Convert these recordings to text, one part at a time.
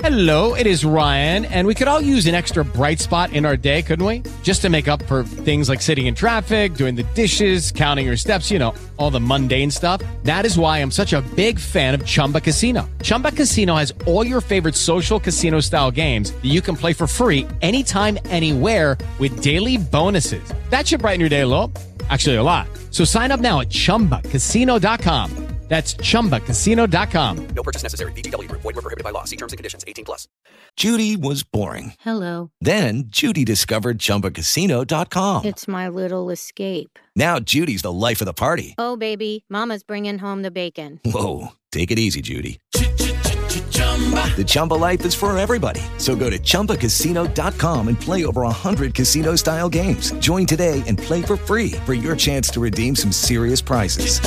Hello, it is Ryan, and we could all use an extra bright spot in our day, couldn't we? Just to make up for things like sitting in traffic, doing the dishes, counting your steps, you know, all the mundane stuff. That is why I'm such a big fan of Chumba Casino. Chumba Casino has all your favorite social casino-style games that you can play for free anytime, anywhere with daily bonuses. That should brighten your day a little. Actually, a lot. So sign up now at ChumbaCasino.com. That's ChumbaCasino.com. No purchase necessary. VGW Group. Void where prohibited by law. See terms and conditions. 18+. Judy was boring. Hello. Then Judy discovered ChumbaCasino.com. It's my little escape. Now Judy's the life of the party. Oh, baby, mama's bringing home the bacon. Whoa, take it easy, Judy. The Chumba life is for everybody. So go to ChumbaCasino.com and play over 100 casino-style games. Join today and play for free for your chance to redeem some serious prizes.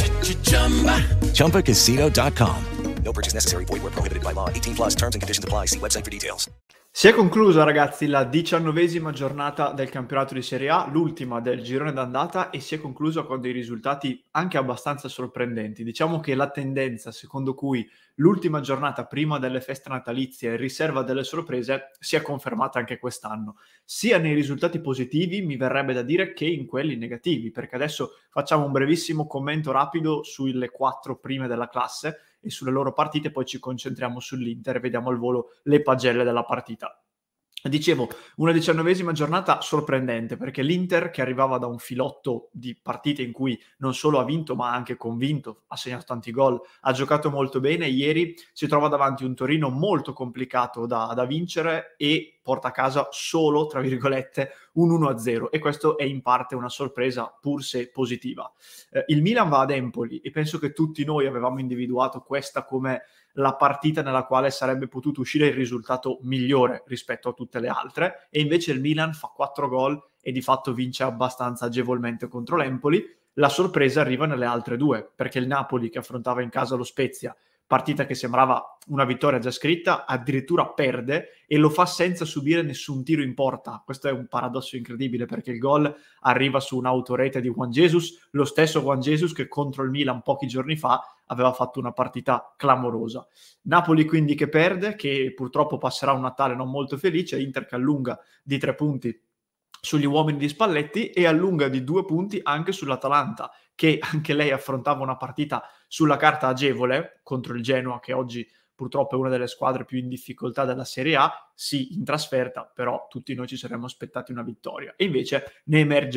ChumbaCasino.com. No purchase necessary. Void where prohibited by law. 18+. Terms and conditions apply. See website for details. Si è conclusa, ragazzi, la 19ª giornata del campionato di Serie A, l'ultima del girone d'andata, e si è conclusa con dei risultati anche abbastanza sorprendenti. Diciamo che la tendenza secondo cui l'ultima giornata prima delle feste natalizie è riserva delle sorprese si è confermata anche quest'anno, sia nei risultati positivi, mi verrebbe da dire, che in quelli negativi, perché adesso facciamo un brevissimo commento rapido sulle 4 prime della classe e sulle loro partite, poi ci concentriamo sull'Inter e vediamo al volo le pagelle della partita. Dicevo, una 19ª giornata sorprendente, perché l'Inter, che arrivava da un filotto di partite in cui non solo ha vinto ma ha anche convinto, ha segnato tanti gol, ha giocato molto bene, ieri si trova davanti un Torino molto complicato da vincere e porta a casa solo, tra virgolette, un 1-0, e questo è in parte una sorpresa pur se positiva. Il Milan va ad Empoli e penso che tutti noi avevamo individuato questa come la partita nella quale sarebbe potuto uscire il risultato migliore rispetto a tutte le altre, e invece il Milan fa 4 gol e di fatto vince abbastanza agevolmente contro l'Empoli. La sorpresa arriva nelle altre due, perché il Napoli, che affrontava in casa lo Spezia, partita che sembrava una vittoria già scritta, addirittura perde e lo fa senza subire nessun tiro in porta. Questo è un paradosso incredibile, perché il gol arriva su un'autorete di Juan Jesus, lo stesso Juan Jesus che contro il Milan pochi giorni fa aveva fatto una partita clamorosa. Napoli quindi che perde, che purtroppo passerà un Natale non molto felice, Inter che allunga di 3 punti sugli uomini di Spalletti e allunga di 2 punti anche sull'Atalanta, che anche lei affrontava una partita sulla carta agevole contro il Genoa, che oggi purtroppo è una delle squadre più in difficoltà della Serie A, sì, in trasferta, però tutti noi ci saremmo aspettati una vittoria. E invece ne emerge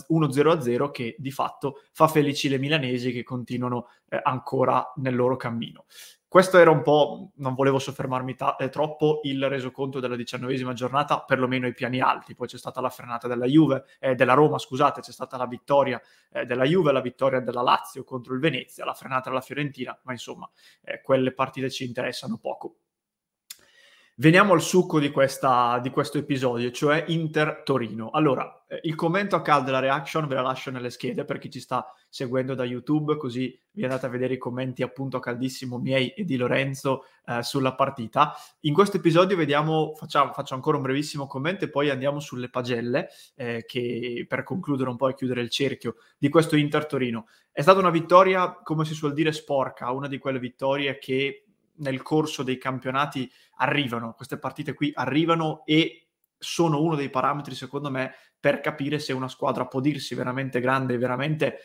1-0 che di fatto fa felici le milanesi, che continuano ancora nel loro cammino. Questo era un po', non volevo soffermarmi troppo, il resoconto della 19ª giornata, perlomeno ai piani alti. Poi c'è stata la frenata della Roma, scusate, c'è stata la vittoria della Juve, la vittoria della Lazio contro il Venezia, la frenata della Fiorentina, ma insomma, quelle partite ci interessano poco. Veniamo al succo di questo episodio, cioè Inter-Torino. Allora, il commento a caldo della reaction ve la lascio nelle schede per chi ci sta seguendo da YouTube, così vi andate a vedere i commenti appunto a caldissimo miei e di Lorenzo sulla partita. In questo episodio faccio ancora un brevissimo commento e poi andiamo sulle pagelle, che per concludere un po' e chiudere il cerchio di questo Inter-Torino. È stata una vittoria, come si suol dire, sporca, una di quelle vittorie che nel corso dei campionati arrivano, queste partite qui arrivano e sono uno dei parametri, secondo me, per capire se una squadra può dirsi veramente grande, veramente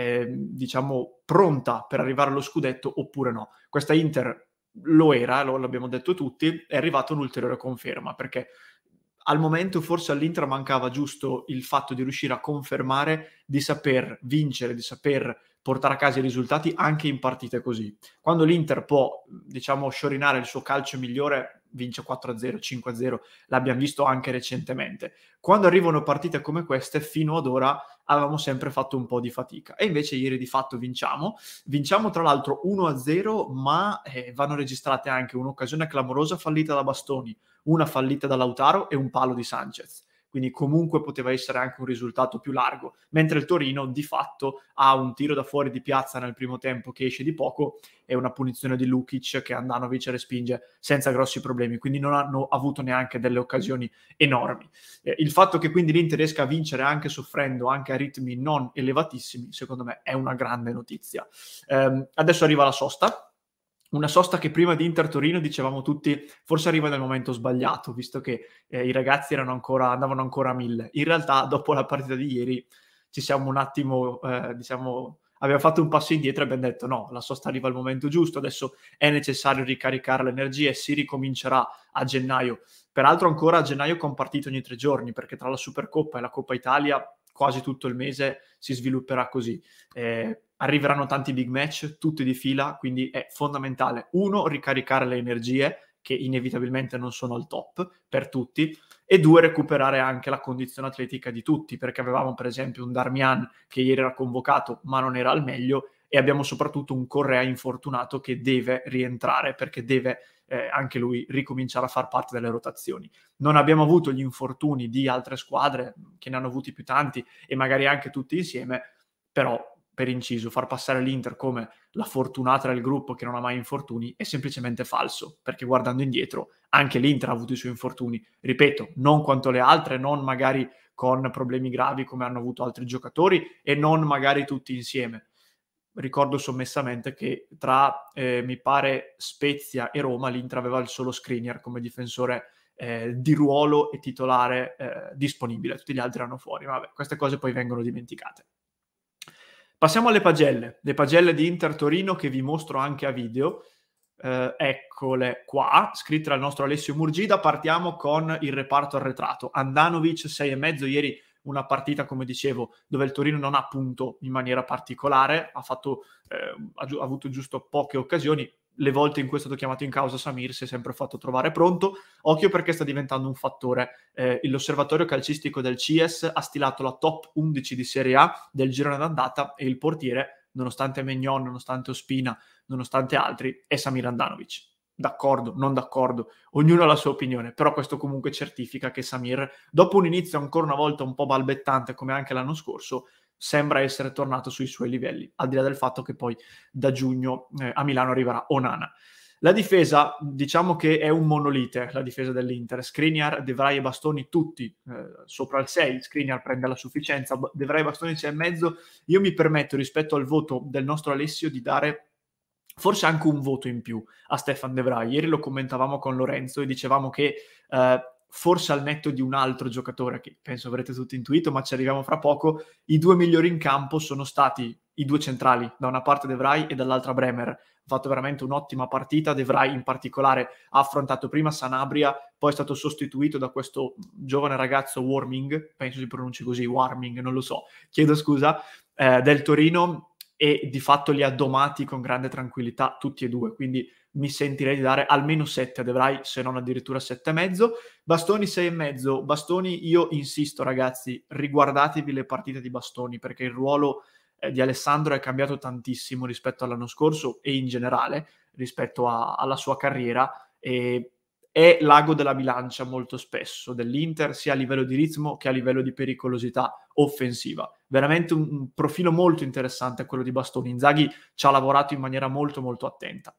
pronta per arrivare allo scudetto oppure no. Questa Inter lo era, l'abbiamo detto tutti, è arrivata un'ulteriore conferma, perché al momento forse all'Inter mancava giusto il fatto di riuscire a confermare di saper vincere, di saper portare a casa i risultati anche in partite così. Quando l'Inter può, sciorinare il suo calcio migliore, vince 4-0, 5-0, l'abbiamo visto anche recentemente. Quando arrivano partite come queste, fino ad ora avevamo sempre fatto un po' di fatica. E invece ieri di fatto vinciamo tra l'altro 1-0, ma vanno registrate anche un'occasione clamorosa fallita da Bastoni, una fallita da Lautaro e un palo di Sanchez. Quindi comunque poteva essere anche un risultato più largo, mentre il Torino di fatto ha un tiro da fuori di piazza nel primo tempo che esce di poco e una punizione di Lukic che Andanovic respinge senza grossi problemi, quindi non hanno avuto neanche delle occasioni enormi. Il fatto che quindi l'Inter riesca a vincere anche soffrendo, anche a ritmi non elevatissimi, secondo me è una grande notizia. Adesso arriva la sosta, Una sosta che prima di Inter-Torino dicevamo tutti forse arriva nel momento sbagliato, visto che i ragazzi andavano ancora a 1000. In realtà dopo la partita di ieri ci siamo un attimo, abbiamo fatto un passo indietro e abbiamo detto no, la sosta arriva al momento giusto, adesso è necessario ricaricare l'energia e si ricomincerà a gennaio. Peraltro ancora a gennaio con partite ogni 3 giorni, perché tra la Supercoppa e la Coppa Italia quasi tutto il mese si svilupperà così. Arriveranno tanti big match, tutti di fila, quindi è fondamentale, uno, ricaricare le energie, che inevitabilmente non sono al top per tutti, e due, recuperare anche la condizione atletica di tutti, perché avevamo per esempio un Darmian che ieri era convocato ma non era al meglio, e abbiamo soprattutto un Correa infortunato che deve rientrare, perché deve anche lui ricominciare a far parte delle rotazioni. Non abbiamo avuto gli infortuni di altre squadre, che ne hanno avuti più tanti, e magari anche tutti insieme, però per inciso, far passare l'Inter come la fortunata del gruppo che non ha mai infortuni è semplicemente falso, perché guardando indietro anche l'Inter ha avuto i suoi infortuni, ripeto, non quanto le altre, non magari con problemi gravi come hanno avuto altri giocatori e non magari tutti insieme. Ricordo sommessamente che tra, mi pare, Spezia e Roma l'Inter aveva il solo Skriniar come difensore di ruolo e titolare disponibile, tutti gli altri erano fuori. Vabbè, queste cose poi vengono dimenticate. Passiamo alle pagelle, le pagelle di Inter-Torino che vi mostro anche a video, eccole qua, scritte dal nostro Alessio Murgida. Partiamo con il reparto arretrato. Andanovic 6,5, ieri una partita, come dicevo, dove il Torino non ha punto in maniera particolare, ha avuto giusto poche occasioni. Le volte in cui è stato chiamato in causa Samir si è sempre fatto trovare pronto. Occhio perché sta diventando un fattore. L'osservatorio calcistico del CIES ha stilato la top 11 di Serie A del girone d'andata e il portiere, nonostante Maignan, nonostante Ospina, nonostante altri, è Samir Andanovic. D'accordo, non d'accordo, ognuno ha la sua opinione, però questo comunque certifica che Samir, dopo un inizio ancora una volta un po' balbettante come anche l'anno scorso, sembra essere tornato sui suoi livelli, al di là del fatto che poi da giugno a Milano arriverà Onana. La difesa, diciamo che è un monolite, la difesa dell'Inter. Skriniar, De Vrij e Bastoni tutti sopra il 6, Skriniar prende la sufficienza, De Vrij e Bastoni 6,5. Io mi permetto, rispetto al voto del nostro Alessio, di dare forse anche un voto in più a Stefan De Vrij. Ieri lo commentavamo con Lorenzo e dicevamo che forse al netto di un altro giocatore che penso avrete tutti intuito, ma ci arriviamo fra poco, i due migliori in campo sono stati i due centrali, da una parte De Vrij e dall'altra Bremer. Ha fatto veramente un'ottima partita. De Vrij in particolare ha affrontato prima Sanabria, poi è stato sostituito da questo giovane ragazzo Warming, penso si pronunci così, Warming, non lo so, chiedo scusa, del Torino, e di fatto li ha domati con grande tranquillità tutti e due, quindi mi sentirei di dare almeno 7 a De Vrij, se non addirittura 7,5. Bastoni 6,5. Bastoni, io insisto ragazzi, riguardatevi le partite di Bastoni, perché il ruolo di Alessandro è cambiato tantissimo rispetto all'anno scorso e in generale rispetto alla sua carriera, e è l'ago della bilancia molto spesso dell'Inter, sia a livello di ritmo che a livello di pericolosità offensiva. Veramente un profilo molto interessante quello di Bastoni. Inzaghi ci ha lavorato in maniera molto molto attenta.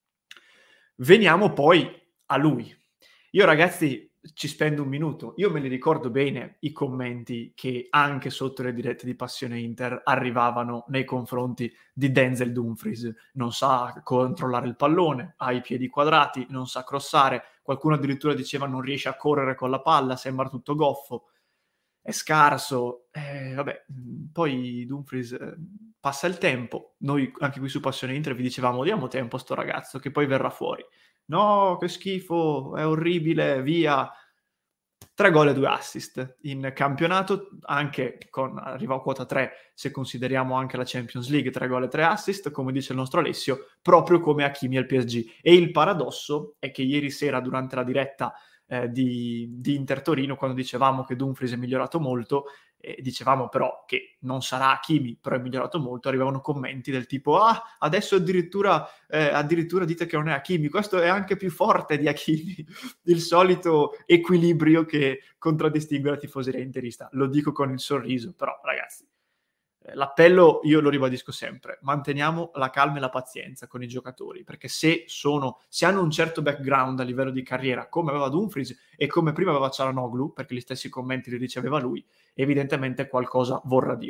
Veniamo poi a lui. Io ragazzi ci spendo un minuto. Io me li ricordo bene i commenti che anche sotto le dirette di Passione Inter arrivavano nei confronti di Denzel Dumfries. Non sa controllare il pallone, ha i piedi quadrati, non sa crossare. Qualcuno addirittura diceva non riesce a correre con la palla, sembra tutto goffo, è scarso. Vabbè, poi Dumfries passa il tempo. Noi anche qui su Passione Inter vi dicevamo diamo tempo a sto ragazzo che poi verrà fuori. No, che schifo, è orribile, via. 3 gol e 2 assist in campionato, anche arriva a quota 3 se consideriamo anche la Champions League. 3 gol e 3 assist, come dice il nostro Alessio, proprio come Hakimi al PSG. E il paradosso è che ieri sera durante la diretta di Inter Torino, quando dicevamo che Dumfries è migliorato molto, dicevamo però che non sarà Hakimi, però è migliorato molto, arrivavano commenti del tipo adesso addirittura dite che non è Hakimi, questo è anche più forte di Hakimi. Il solito equilibrio che contraddistingue la tifoseria interista. Lo dico con il sorriso, però ragazzi, l'appello io lo ribadisco sempre: manteniamo la calma e la pazienza con i giocatori, perché se hanno un certo background a livello di carriera, come aveva Dumfries e come prima aveva Çalhanoğlu, perché gli stessi commenti li riceveva lui, evidentemente qualcosa vorrà dire.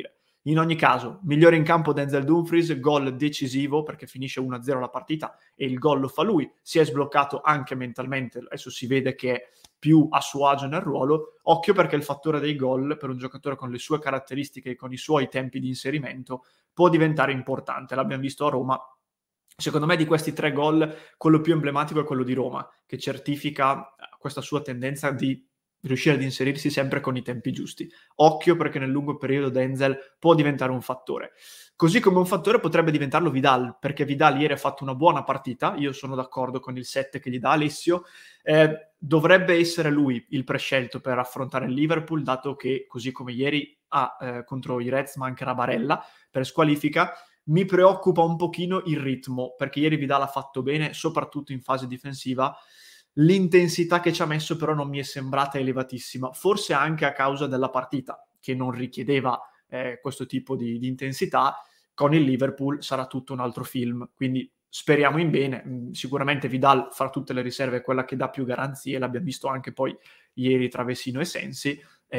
In ogni caso, migliore in campo Denzel Dumfries, gol decisivo perché finisce 1-0 la partita e il gol lo fa lui, si è sbloccato anche mentalmente, adesso si vede che è più a suo agio nel ruolo. Occhio perché il fattore dei gol per un giocatore con le sue caratteristiche e con i suoi tempi di inserimento può diventare importante, l'abbiamo visto a Roma. Secondo me di questi 3 gol quello più emblematico è quello di Roma, che certifica questa sua tendenza di riuscire ad inserirsi sempre con i tempi giusti. Occhio perché nel lungo periodo Denzel può diventare un fattore. Così come un fattore potrebbe diventarlo Vidal, perché Vidal ieri ha fatto una buona partita, io sono d'accordo con il 7 che gli dà Alessio, dovrebbe essere lui il prescelto per affrontare il Liverpool, dato che così come ieri contro i Reds mancherà Barella per squalifica. Mi preoccupa un pochino il ritmo, perché ieri Vidal ha fatto bene, soprattutto in fase difensiva. L'intensità che ci ha messo però non mi è sembrata elevatissima, forse anche a causa della partita, che non richiedeva questo tipo di intensità. Con il Liverpool sarà tutto un altro film, quindi speriamo in bene. Sicuramente Vidal fra tutte le riserve è quella che dà più garanzie, l'abbiamo visto anche poi ieri tra Vecino e Sensi.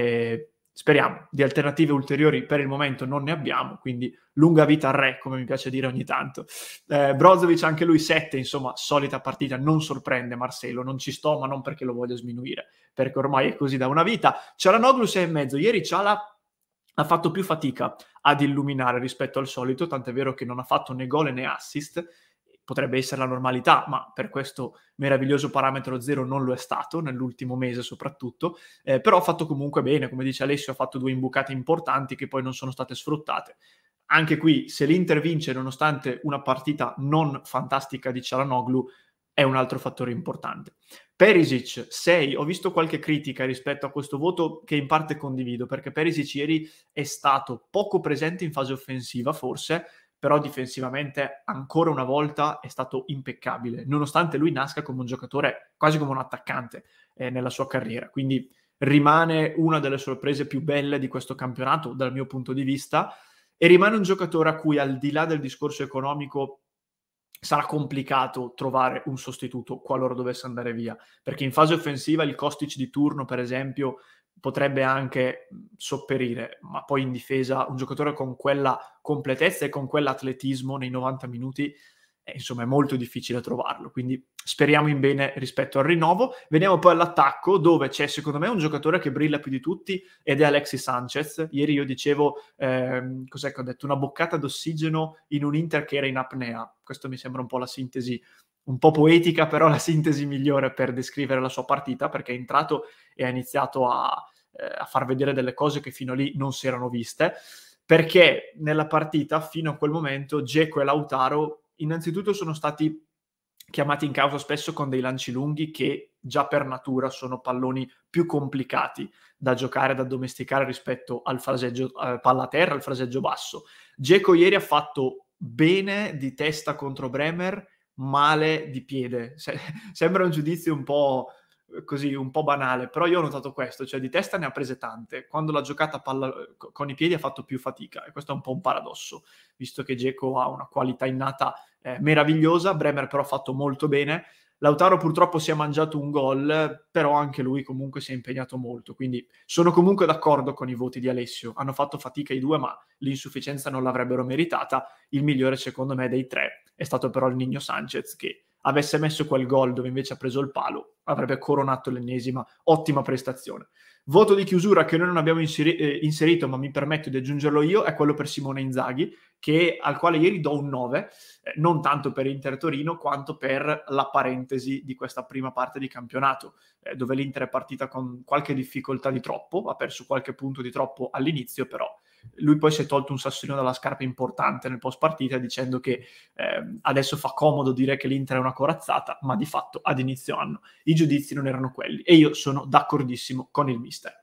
Speriamo, di alternative ulteriori per il momento non ne abbiamo, quindi lunga vita al re, come mi piace dire ogni tanto. Brozovic anche lui 7, insomma, solita partita, non sorprende Marcelo, non ci sto, ma non perché lo voglio sminuire, perché ormai è così da una vita. Cialanoglu 6,5, ieri Ciala ha fatto più fatica ad illuminare rispetto al solito, tant'è vero che non ha fatto né gol né assist. Potrebbe essere la normalità, ma per questo meraviglioso parametro 0 non lo è stato, nell'ultimo mese soprattutto, però ha fatto comunque bene, come dice Alessio, ha fatto 2 imbucate importanti che poi non sono state sfruttate. Anche qui, se l'Inter vince nonostante una partita non fantastica di Cialanoglu, è un altro fattore importante. Perisic 6, ho visto qualche critica rispetto a questo voto che in parte condivido, perché Perisic ieri è stato poco presente in fase offensiva forse, però difensivamente ancora una volta è stato impeccabile, nonostante lui nasca come un giocatore, quasi come un attaccante nella sua carriera, quindi rimane una delle sorprese più belle di questo campionato dal mio punto di vista, e rimane un giocatore a cui, al di là del discorso economico, sarà complicato trovare un sostituto qualora dovesse andare via, perché in fase offensiva il Kostic di turno, per esempio, potrebbe anche sopperire, ma poi in difesa un giocatore con quella completezza e con quell'atletismo nei 90 minuti, insomma è molto difficile trovarlo, quindi speriamo in bene rispetto al rinnovo. Veniamo poi all'attacco, dove c'è secondo me un giocatore che brilla più di tutti ed è Alexis Sanchez. Ieri io dicevo, cos'è che ho detto? Una boccata d'ossigeno in un Inter che era in apnea. Questo mi sembra un po' la sintesi, un po' poetica, però la sintesi migliore per descrivere la sua partita, perché è entrato e ha iniziato a far vedere delle cose che fino a lì non si erano viste, perché nella partita fino a quel momento Dzeko e Lautaro innanzitutto sono stati chiamati in causa spesso con dei lanci lunghi che già per natura sono palloni più complicati da giocare, da domesticare rispetto al fraseggio palla a terra, al fraseggio basso. Dzeko ieri ha fatto bene di testa contro Bremer, male di piede. Sembra un giudizio un po' così, un po' banale, però io ho notato questo, cioè di testa ne ha prese tante, quando l'ha giocata con i piedi ha fatto più fatica, e questo è un po' un paradosso, visto che Dzeko ha una qualità innata meravigliosa. Bremer però ha fatto molto bene. Lautaro purtroppo si è mangiato un gol, però anche lui comunque si è impegnato molto, quindi sono comunque d'accordo con i voti di Alessio. Hanno fatto fatica i due, ma l'insufficienza non l'avrebbero meritata. Il migliore secondo me dei 3 è stato però il Niño Sanchez, che avesse messo quel gol dove invece ha preso il palo, avrebbe coronato l'ennesima ottima prestazione. Voto di chiusura che noi non abbiamo inserito, ma mi permetto di aggiungerlo io, è quello per Simone Inzaghi, al quale ieri do un 9, non tanto per Inter Torino quanto per la parentesi di questa prima parte di campionato, dove l'Inter è partita con qualche difficoltà di troppo, ha perso qualche punto di troppo all'inizio, però lui poi si è tolto un sassolino dalla scarpa importante nel post partita, dicendo che adesso fa comodo dire che l'Inter è una corazzata, ma di fatto ad inizio anno i giudizi non erano quelli, e io sono d'accordissimo con il mister.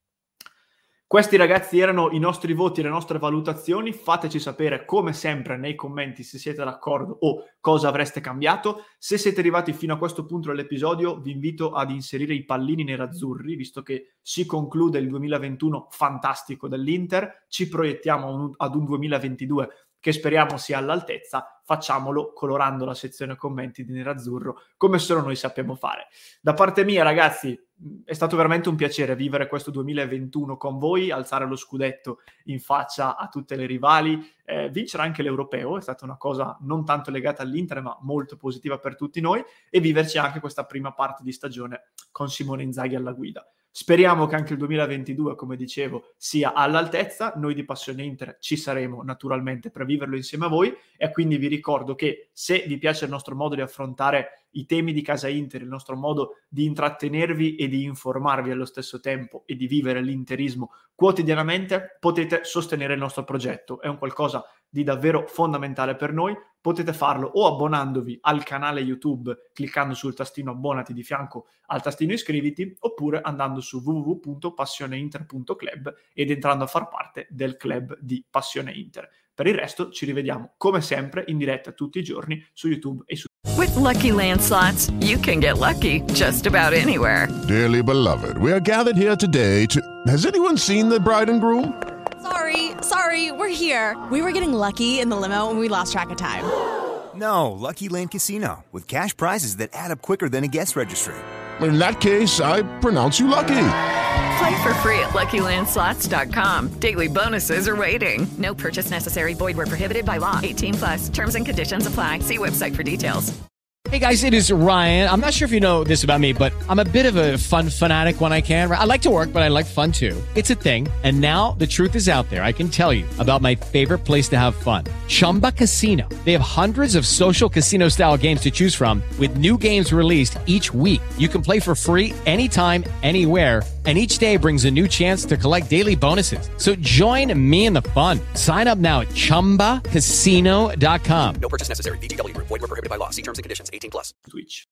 Questi ragazzi erano i nostri voti, le nostre valutazioni. Fateci sapere come sempre nei commenti se siete d'accordo o cosa avreste cambiato. Se siete arrivati fino a questo punto dell'episodio vi invito ad inserire i pallini nerazzurri, visto che si conclude il 2021 fantastico dell'Inter, ci proiettiamo ad un 2022 che speriamo sia all'altezza. Facciamolo colorando la sezione commenti di nerazzurro come solo noi sappiamo fare. Da parte mia ragazzi, è stato veramente un piacere vivere questo 2021 con voi, alzare lo scudetto in faccia a tutte le rivali, vincere anche l'Europeo, è stata una cosa non tanto legata all'Inter ma molto positiva per tutti noi, e viverci anche questa prima parte di stagione con Simone Inzaghi alla guida. Speriamo che anche il 2022, come dicevo, sia all'altezza. Noi di Passione Inter ci saremo naturalmente per viverlo insieme a voi, e quindi vi ricordo che se vi piace il nostro modo di affrontare i temi di Casa Inter, il nostro modo di intrattenervi e di informarvi allo stesso tempo e di vivere l'interismo quotidianamente, potete sostenere il nostro progetto. È un qualcosa di davvero fondamentale per noi. Potete farlo o abbonandovi al canale YouTube cliccando sul tastino abbonati di fianco al tastino iscriviti, oppure andando su www.passioneinter.club ed entrando a far parte del club di Passione Inter. Per il resto ci rivediamo come sempre in diretta tutti i giorni su YouTube e su With Lucky Land Slots, you can get lucky just about anywhere. Dearly beloved, we are gathered here today to... Has anyone seen the bride and groom? Sorry, we're here. We were getting lucky in the limo and we lost track of time. No, Lucky Land Casino, with cash prizes that add up quicker than a guest registry. In that case, I pronounce you lucky. Play for free at LuckyLandSlots.com. Daily bonuses are waiting. No purchase necessary. Void where prohibited by law. 18+. Terms and conditions apply. See website for details. Hey guys, it is Ryan. I'm not sure if you know this about me, but I'm a bit of a fun fanatic when I can. I like to work, but I like fun too. It's a thing. And now the truth is out there. I can tell you about my favorite place to have fun. Chumba Casino. They have hundreds of social casino style games to choose from with new games released each week. You can play for free anytime, anywhere. And each day brings a new chance to collect daily bonuses. So join me in the fun. Sign up now at ChumbaCasino.com. No purchase necessary. VGW Group. Void where prohibited by law. See terms and conditions. 18+. Twitch.